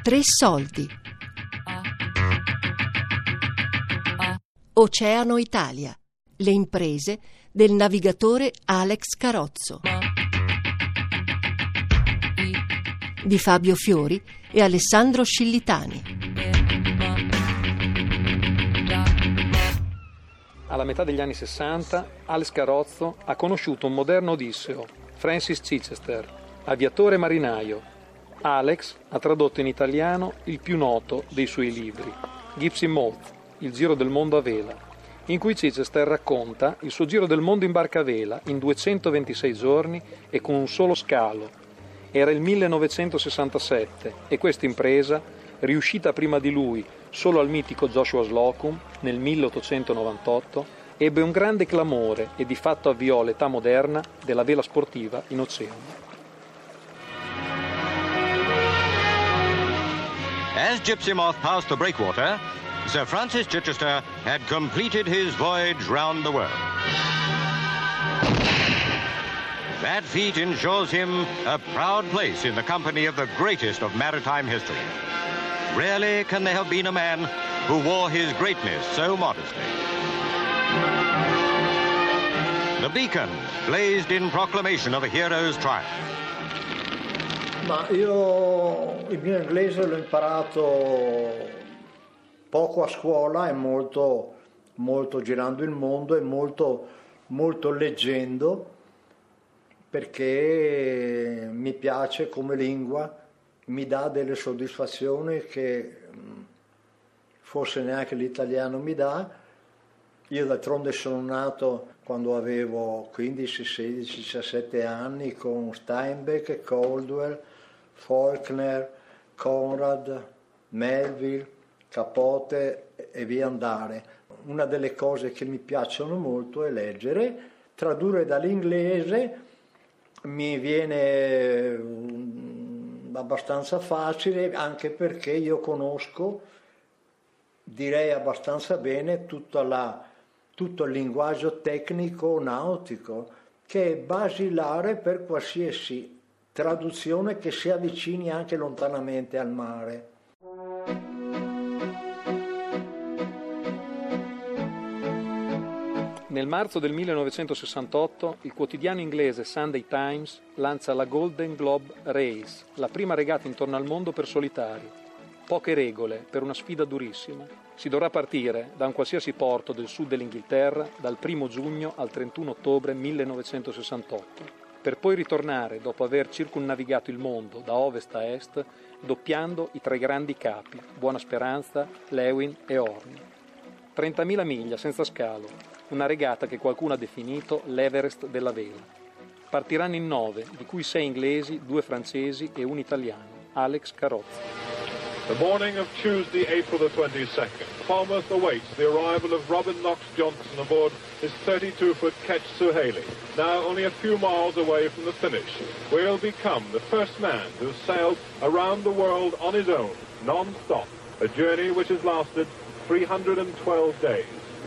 Tre soldi. Oceano Italia. Le imprese del navigatore Alex Carozzo. Di Fabio Fiori e Alessandro Scillitani. Alla metà degli anni 60, Alex Carozzo ha conosciuto un moderno Odisseo, Francis Chichester, aviatore e marinaio. Alex ha tradotto in italiano il più noto dei suoi libri, Gypsy Moth, il giro del mondo a vela, in cui Chichester racconta il suo giro del mondo in barca a vela in 226 giorni e con un solo scalo. Era il 1967 e questa impresa, riuscita prima di lui solo al mitico Joshua Slocum nel 1898, ebbe un grande clamore e di fatto avviò l'età moderna della vela sportiva in oceano. As Gypsy Moth passed the breakwater, Sir Francis Chichester had completed his voyage round the world. That feat ensures him a proud place in the company of the greatest of maritime history. Rarely can there have been a man who wore his greatness so modestly. The beacon blazed in proclamation of a hero's triumph. Ma io il mio inglese l'ho imparato poco a scuola e molto girando il mondo e molto leggendo, perché mi piace come lingua, mi dà delle soddisfazioni che forse neanche l'italiano mi dà. Io d'altronde sono nato quando avevo 15, 16, 17 anni con Steinbeck, Caldwell, Faulkner, Conrad, Melville, Capote e via andare. Una delle cose che mi piacciono molto è leggere, tradurre dall'inglese mi viene abbastanza facile, anche perché io conosco, direi abbastanza bene, tutto il linguaggio tecnico nautico, che è basilare per qualsiasi traduzione che si avvicini anche lontanamente al mare. Nel marzo del 1968 il quotidiano inglese Sunday Times lancia la Golden Globe Race, la prima regata intorno al mondo per solitari. Poche regole per una sfida durissima. Si dovrà partire da un qualsiasi porto del sud dell'Inghilterra dal 1 giugno al 31 ottobre 1968, per poi ritornare dopo aver circumnavigato il mondo da ovest a est, doppiando i tre grandi capi, Buona Speranza, Lewin e Horn. 30.000 miglia senza scalo, una regata che qualcuno ha definito l'Everest della vela. Partiranno in 9, di cui 6 inglesi, 2 francesi e un italiano, Alex Carozzo. The morning of Tuesday, April the 22nd, Falmouth awaits the arrival of Robin Knox Johnson aboard his 32-foot ketch Suhaili, now only a few miles away from the finish, where he'll become the first man to have sailed around the world on his own, non-stop, a journey which has lasted 312 days.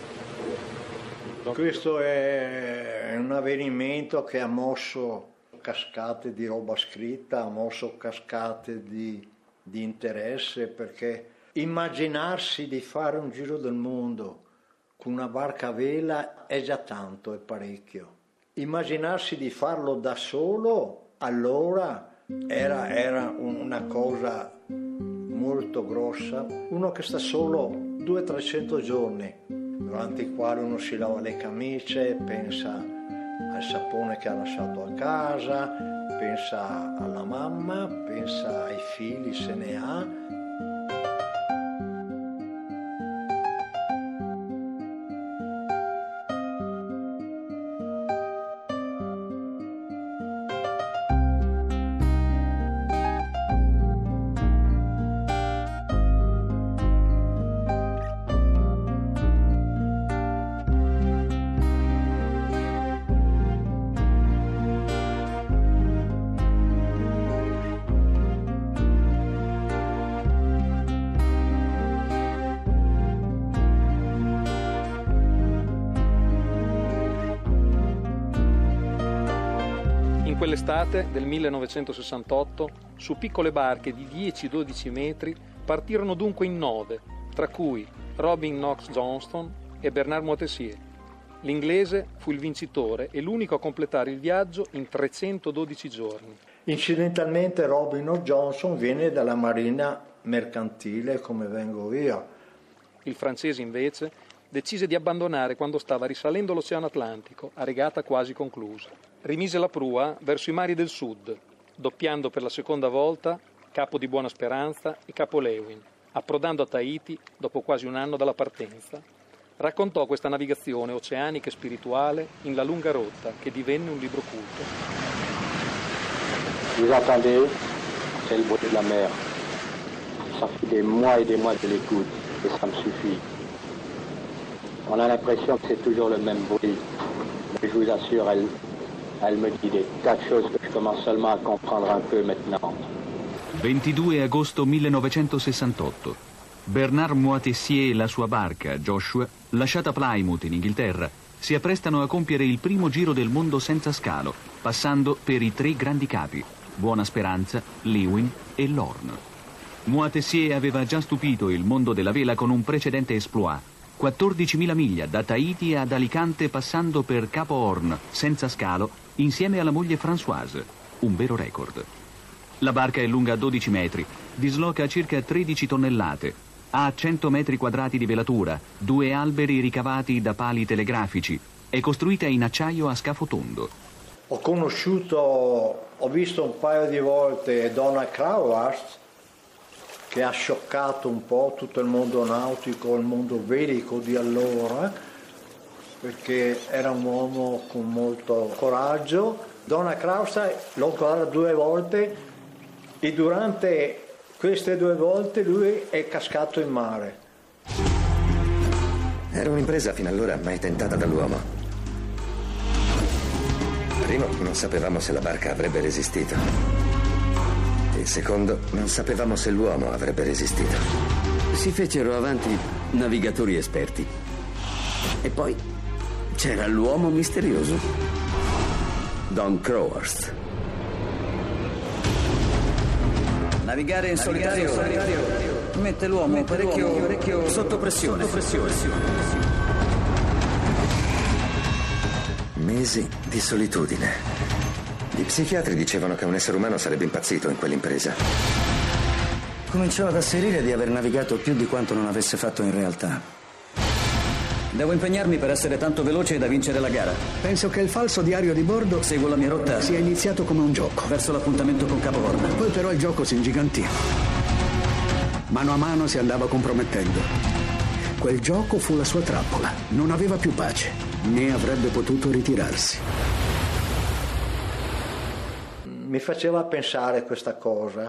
Questo è un avvenimento che ha mosso cascate di roba scritta, ha mosso cascate di interesse, perché immaginarsi di fare un giro del mondo con una barca a vela è già tanto, è parecchio. Immaginarsi di farlo da solo, allora era una cosa molto grossa. Uno che sta solo 200-300 giorni, durante i quali uno si lava le camicie, pensa al sapone che ha lasciato a casa, pensa alla mamma, pensa ai figli se ne ha. quell'estate del 1968, su piccole barche di 10-12 metri, partirono dunque in 9, tra cui Robin Knox Johnston e Bernard Moitessier. L'inglese fu il vincitore e l'unico a completare il viaggio in 312 giorni. Incidentalmente Robin Knox Johnston viene dalla marina mercantile come vengo io. Il francese invece decise di abbandonare quando stava risalendo l'Oceano Atlantico, a regata quasi conclusa. Rimise la prua verso i mari del sud, doppiando per la seconda volta Capo di Buona Speranza e Capo Lewin, approdando a Tahiti dopo quasi un anno dalla partenza. Raccontò questa navigazione oceanica e spirituale in La lunga rotta, che divenne un libro culto. Vous entendez, c'est le bruit de la mer. Ça fait des mois et des mois que je l'écoute et ça me suffit. On a l'impression que c'est toujours le même bruit. Mais je vous assure, elle me dit des tas de choses que je commence seulement à comprendre un peu maintenant. 22 agosto 1968. Bernard Moitessier e la sua barca, Joshua, lasciata Plymouth in Inghilterra, si apprestano a compiere il primo giro del mondo senza scalo, passando per i 3 grandi capi, Buona Speranza, Lewin e Lorne. Moitessier aveva già stupito il mondo della vela con un precedente exploit, 14.000 miglia da Tahiti ad Alicante passando per Capo Horn, senza scalo, insieme alla moglie Françoise, un vero record. La barca è lunga 12 metri, disloca circa 13 tonnellate, ha 100 metri quadrati di velatura, 2 alberi ricavati da pali telegrafici, è costruita in acciaio a scafo tondo. Ho visto un paio di volte Donald Crowhurst, che ha scioccato un po' tutto il mondo nautico, il mondo velico di allora, perché era un uomo con molto coraggio. Donald Crowhurst l'ho incontrato 2 volte e durante queste 2 volte lui è cascato in mare. Era un'impresa fino allora mai tentata dall'uomo. Primo, non sapevamo se la barca avrebbe resistito. E secondo, non sapevamo se l'uomo avrebbe resistito. Si fecero avanti navigatori esperti. E poi c'era l'uomo misterioso, Don Crowhurst. Navigare in solitario mette l'uomo parecchio sotto pressione. Mesi di solitudine. Gli psichiatri dicevano che un essere umano sarebbe impazzito in quell'impresa. Cominciò ad asserire di aver navigato più di quanto non avesse fatto in realtà. Devo impegnarmi per essere tanto veloce da vincere la gara. Penso che il falso diario di bordo seguo la mia rotta. Sia iniziato come un gioco. Verso l'appuntamento con Capo Horn. Poi però il gioco si ingigantì. Mano a mano si andava compromettendo. Quel gioco fu la sua trappola. Non aveva più pace, né avrebbe potuto ritirarsi. Mi faceva pensare questa cosa,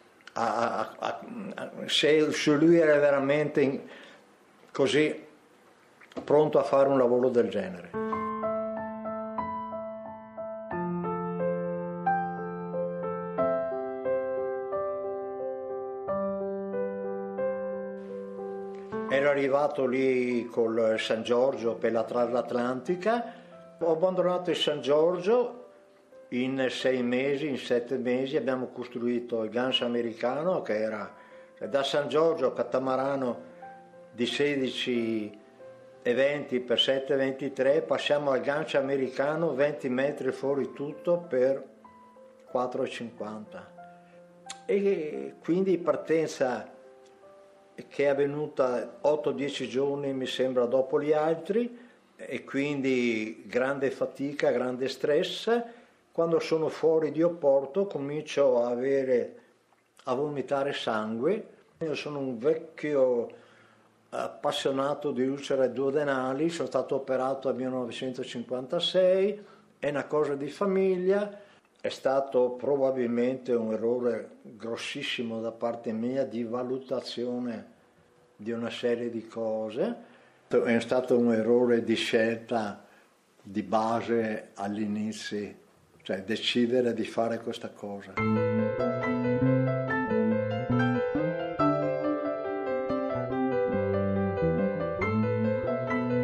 se lui era veramente così pronto a fare un lavoro del genere. Ero arrivato lì col San Giorgio per la transatlantica, ho abbandonato il San Giorgio. In 6 mesi, in 7 mesi abbiamo costruito il gancio americano, che era da San Giorgio catamarano di 16 e 20 per 7 23, passiamo al gancio americano 20 metri fuori tutto per 4,50. E quindi partenza che è avvenuta 8-10 giorni mi sembra dopo gli altri, e quindi grande fatica, grande stress. Quando sono fuori di Oporto comincio a vomitare sangue. Io sono un vecchio appassionato di ulcere duodenali, sono stato operato nel 1956, è una cosa di famiglia, è stato probabilmente un errore grossissimo da parte mia di valutazione di una serie di cose, è stato un errore di scelta di base all'inizio. Cioè decidere di fare questa cosa.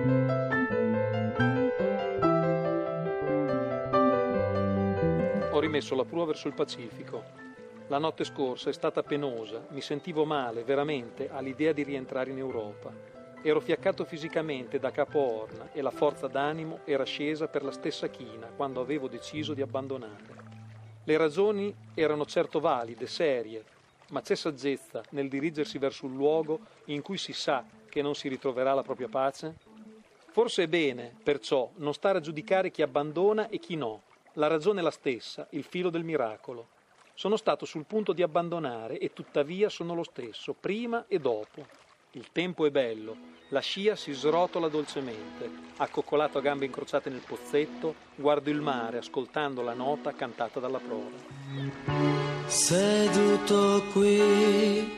Ho messo la prua verso il Pacifico. La notte scorsa è stata penosa, mi sentivo male, veramente, all'idea di rientrare in Europa. Ero fiaccato fisicamente da Capo Horn e la forza d'animo era scesa per la stessa china quando avevo deciso di abbandonare. Le ragioni erano certo valide, serie, ma c'è saggezza nel dirigersi verso un luogo in cui si sa che non si ritroverà la propria pace? Forse è bene, perciò, non stare a giudicare chi abbandona e chi no. La ragione è la stessa, il filo del miracolo. Sono stato sul punto di abbandonare e tuttavia sono lo stesso, prima e dopo. Il tempo è bello, la scia si srotola dolcemente. Accoccolato a gambe incrociate nel pozzetto, guardo il mare ascoltando la nota cantata dalla prora. Seduto qui,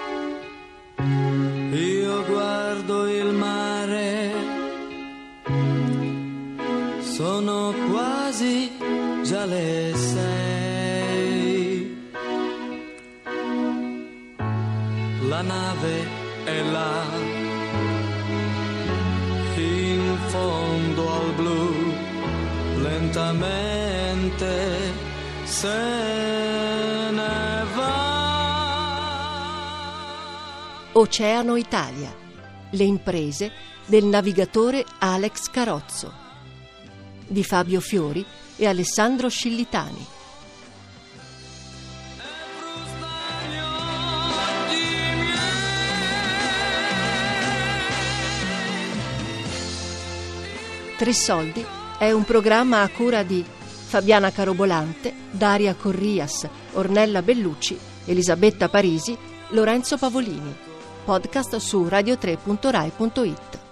io guardo il mare, sono quasi già le 6. La nave è là, in fondo al blu, lentamente se ne va. Oceano Italia. Le imprese del navigatore Alex Carozzo di Fabio Fiori e Alessandro Scillitani. Tre Soldi è un programma a cura di Fabiana Carobolante, Daria Corrias, Ornella Bellucci, Elisabetta Parisi, Lorenzo Pavolini. Podcast su radio3.rai.it.